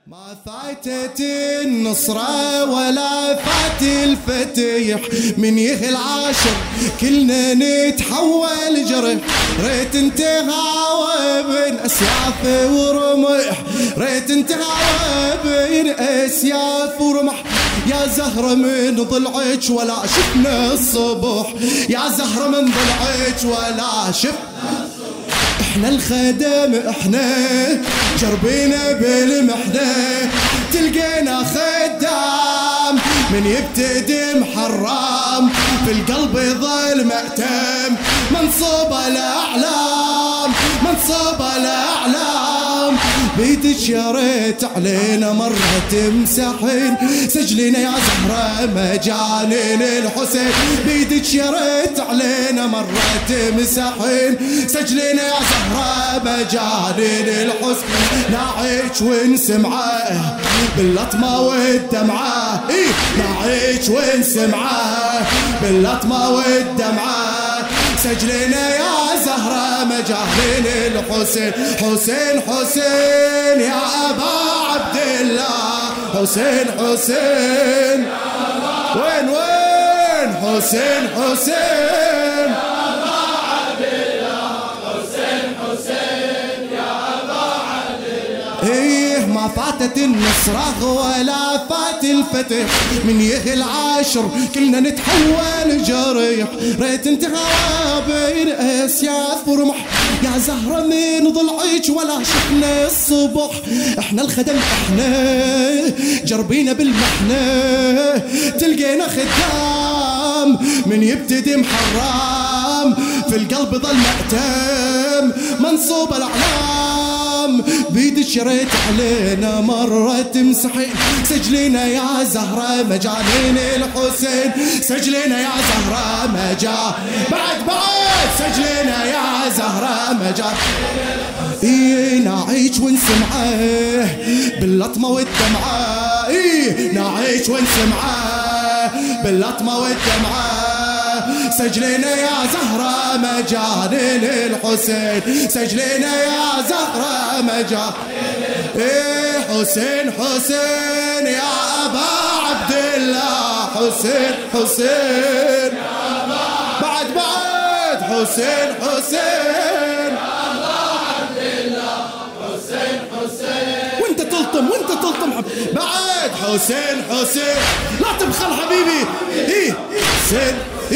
ما فاتت النصرة ولا فات الفتيح، من يهي العاشر كلنا نتحول جرح. ريت انتهى بين أسياف ورمح، ريت انتهى بين أسياف ورمح. يا زهرة من ضلعك ولا شفنا الصبح، يا زهرة من ضلعك ولا شفنا. احنا الخدم احنا جربينا بالمحنة، تلقينا خدام من يبتدي محرم، في القلب يظل مأتم منصوب الأعلام، منصوب الأعلام. بيدك يا ريت علينا مرة تمسحين، سجلنا يا زهرة مجانين الحسين. بيدك يا ريت علينا مرة تمسحين، سجلنا يا زهرة مجانين الحسين. نعيش ونسمعه باللطمة والدمعة، نعيش ونسمعه باللطمة والدمعة. سجلنا يا زهرة مجانين الحسين. حسين حسين يا أبا عبد الله، حسين حسين وين وين حسين حسين يا أبا عبد الله، حسين حسين يا أبا عبد الله. إيه ما فاتت النصرة ولا فات الفتح، من يهي العاشر كلنا نتحول جريح. ريت انتهى بين أسياف ورمح، يا زهرة من ضلعك ولا شفنا الصبح. احنا الخدم احنا جربينا بالمحنة، تلقينا خدام من يبتدي محرم، في القلب ظل مأتم منصوب الأعلام. بيدك ريت علينا مرة تمسحين، سجلنا يا زهرة مجانين الحسين. سجلنا يا زهرة بعد سجلنا يا زهرة مجانين. إيه نعيش ونسمعه باللطمة والدمعة، إيه نعيش ونسمعه باللطمة والدمعة. سجلنا يا زهرة مجانين الحسين، سجلنا يا زهرة مجانين. إيه حسين حسين يا أبا عبد الله، حسين حسين يا أبا بعد حسين حسين يا أبا عبد الله، حسين حسين. وانت تلطم بعد حسين حسين. لا تبخل حبيبي. إيه حسين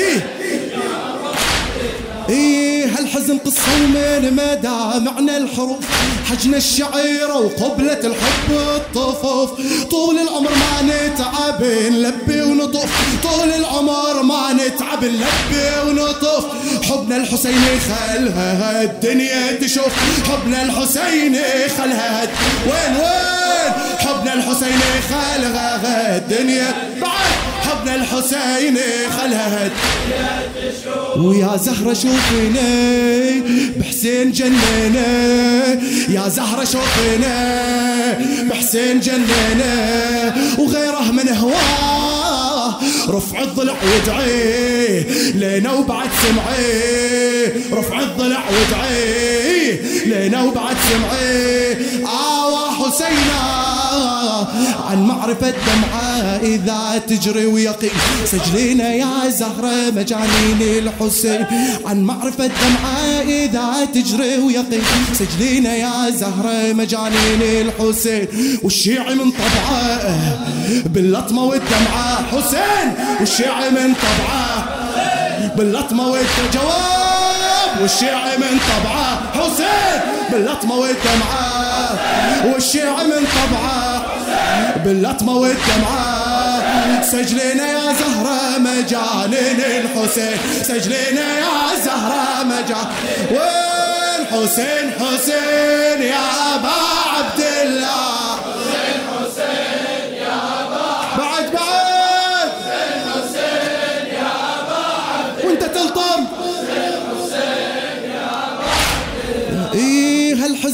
إيه هالحزن قصة ومن مدى معنى الحروف، حجنا الشعيرة وقبلة الحب الطفوف. طول العمر ما نتعب نلبي ونطوف، طول العمر ما نتعب نلبي ونطوف. حبنا الحسيني خلها الدنيا تشوف، حبنا الحسيني خلها وين حبنا الحسيني خلها الدنيا بعد، حبنا الحسيني خلها الدنيا تشوف. ويا زهرة شوفينا بحسين جنينا، يا زهرة شوفينا بحسين جنينا. وغيره من هواه رفع الضلع وادعي لينا وبعد سمعي، رفع الضلع وادعي لينا وبعد سمعي. حسينا عن معرفة دمعة إذا تجري ويقين، سجلنا يا زهرة مجانين الحسين. عن معرفة دمعة إذا تجري ويقين، سجلنا يا زهرة مجانين الحسين. والشيعي من طبعه باللطمة والدمعة، حسين والشيعي من طبعه باللطمة والجواب. والشيعي من طبعه حسين باللطمة والدمعة، والشيعي من طبعه باللطمة والدمعة. سجلنا يا زهرة مجانين الحسين، سجلنا يا زهرة مجانين. وين حسين حسين يا أبا عبد الله، حسين حسين يا أبا بعد حسين حسين يا أبا عبد. وانت تلطم حسين حسين يا أبا عبد. إيه هالحزن قصة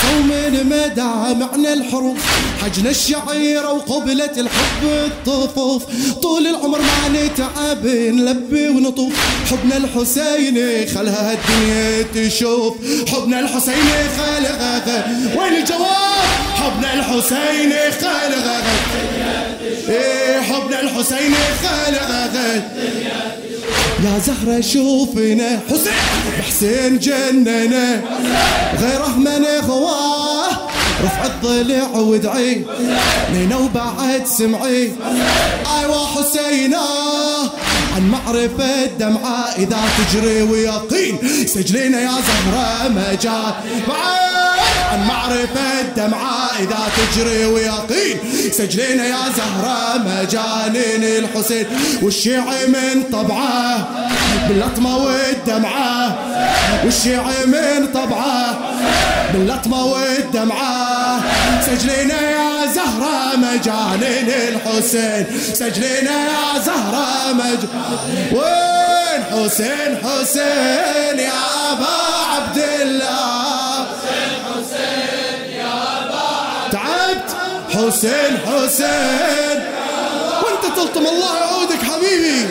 قصوا من مدى معنى الحروف، حجنا الشعيرة وقبلة الحب الطفوف، طول العمر ما نتعب نلبي ونطوف، حبنا الحسيني خلها الدنيا تشوف، حبنا الحسيني خلها وين الجواب؟ حبنا الحسيني خلها ايه، حبنا الحسيني خلها يا زهرة شوفنا حسين جننا غيره من غواه، رفع الضلع وادعي لينا وبعد سمعي، ايوا حسينا عن معرفة دمعة إذا تجري ويقين، سجلينا يا زهرة مجال عن معرفة دمعة إذا تجري ويقين، سجلينا يا زهرة مجانين الحسين، والشيعي من طبعه باللطمة والدمعة، والشيعي من طبعه باللطمة والدمعة، سجلينا يا زهرة مجانين الحسين، سجلينا يا زهرة وين حسين حسين يا أبا عبد الله، حسين يا أبا تعبت حسين حسين وانت تلطم الله يعودك حبيبي.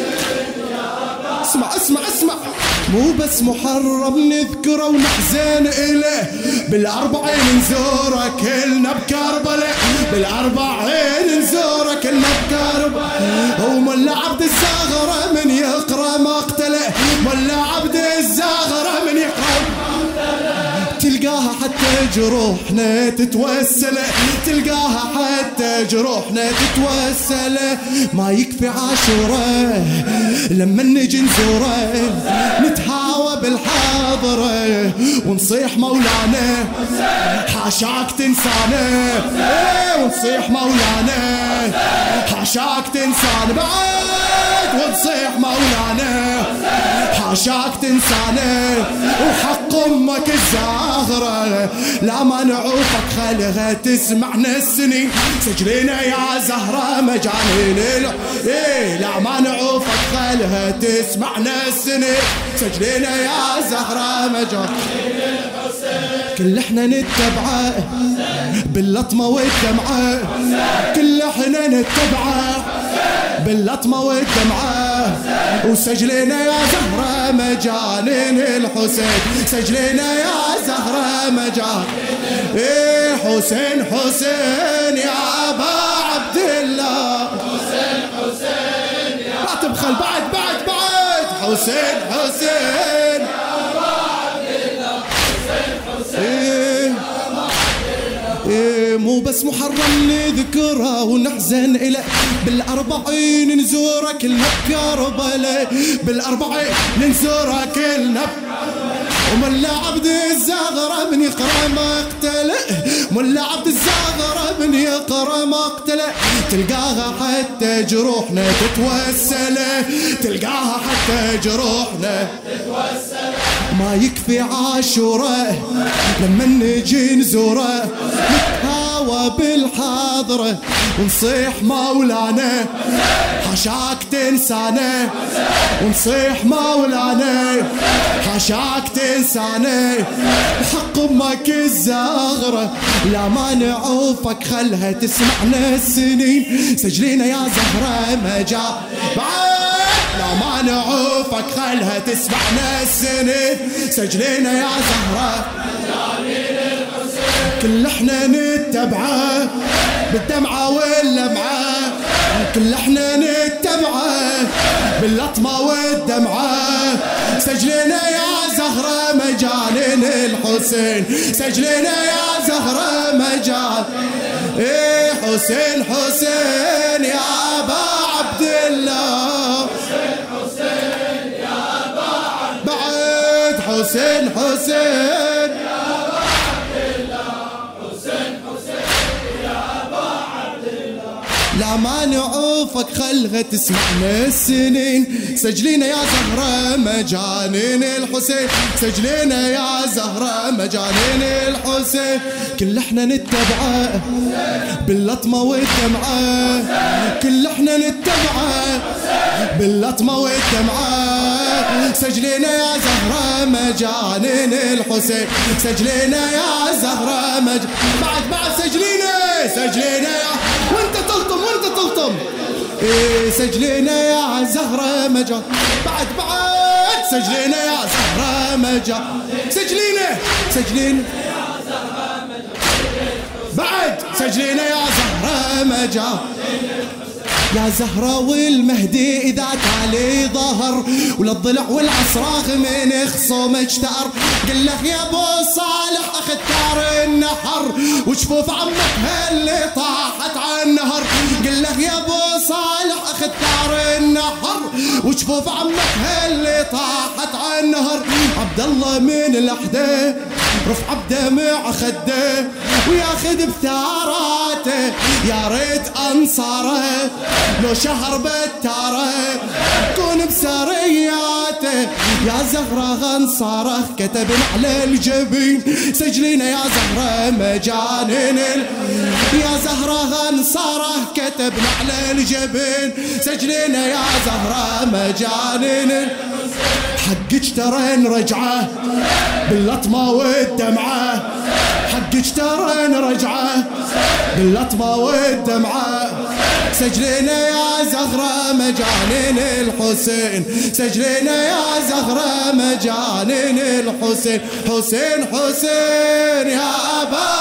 اسمع اسمع اسمع، مو بس محرم نذكره ونحزن إليه، بالأربعين نزوره كلنا بكربلاء، بالأربعين نزوره كلنا بكربلاء، وملا عبد الزغرة من يقرأ مقتله، ملا عبد الزغرة من يقرأ تلقاها حتى جروحنا تتوسل، تلقاها حتى جروحنا تتوسل، ما يكفي عاشوره لما نجي نزوره، نتهاوى بالحاضره ونصيح مولانا حاشاك تنسانا، ونصيح مولانا حاشاك تنسانا بعد، ونصيح مولانا حاشاك تنسانا، وحق امك الزهرة لا ما نعوفك خلها تسمعنا السنين، سجلينا يا زهرة مجانين إيه، لا ما نعوفك خلها تسمعنا السنين، سجلينا يا زهرة مجانين الحسين، كل احنا نتبعه باللطمة والدمعة، كل احنا نتبعه باللطمة والدمعة، وسجلنا يا زهرة مجانين الحسين، سجلنا يا زهرة مجانين إيه، حسين حسين يا أبا عبد الله، حسين حسين يا لا تبخل بعد حسين حسين يا أبا عبد الله، حسين حسين إيه، مو بس محرم نذكره ونحزن إليه، بالأربعين نزوره كلنا بكربلاء، بالأربعين نزوره كلنا، وملا عبد الزغرة من يقرأ مقتله، ملا عبد الزغرة من يقرأ مقتله، تلقاها حتى جروحنا تتوسل، تلقاها حتى جروحنا تتوسل، ما يكفي عاشوره لما نجي نزوره، نتهاوى بالحاضرة ونصيح مولانا حاشاك تنسانا، ونصيح مولانا حاشاك تنسانا، حق امك الزغرة لا ما نعوفك خلها تسمعنا السنين، سجلينا يا زهرة مجال لا ما نعوفك خلها تسمعنا السنين، سجلينا يا زهرة مجانين الحسين، كل احنا نتبعه بالدمعة واللمعة، كل احنا نتبعه باللطمة والدمعة، سجلنا يا زهرة مجانين الحسين، سجلنا يا زهرة مجال ايه، حسين حسين يا أبا عبد الله، حسين حسين يا أبا عبد الله، بعد حسين حسين يا أبا عبد الله، حسين حسين يا أبا عبد الله، لا ما نعوفك خلها تسمعنا السنين، سجلينا يا زهرة مجانين الحسين، سجلينا يا زهرة مجانين الحسين، كل احنا نتبعه باللطمة والدمعة، كل احنا نتبعه باللطمة والدمعة، سجلينا يا زهرة مجانين الحسين سجلينا يا زهرة بعد سجلينا يا وانت تلطم سجلينا يا زهرة مجان بعد سجلينا يا زهرة مجان سجلينا بعد سجلينا يا زهرة مجان يا زهرة والمهدي إذا تالي ظهر وللضلع والعصراخ من خصوم اجتأر قل له يا ابو صالح اخذ تار النهر وشفوف عمك هاللي طاحت على النهر قل له يا ابو صالح اخذ تار النهر وشفوف عمك هاللي طاحت على النهر عبد الله من الاحداث رفع بدمع خده وياخذ بثاراته يا ريت انصاره لو شهر بتاره كون بسرياته يا زهرة غنصاره كتب على الجبين سجلينا يا زهرة مجانين يا زهرة غنصاره كتبنا على الجبين سجلينا يا زهرة مجانين حقك ترى نرجعه باللطمة والدمعة حقك ترى نرجعه باللطمة والدمعة سجلينا يا زهرة مجانين الحسين سجلينا يا زهرة مجانين الحسين حسين يا أبا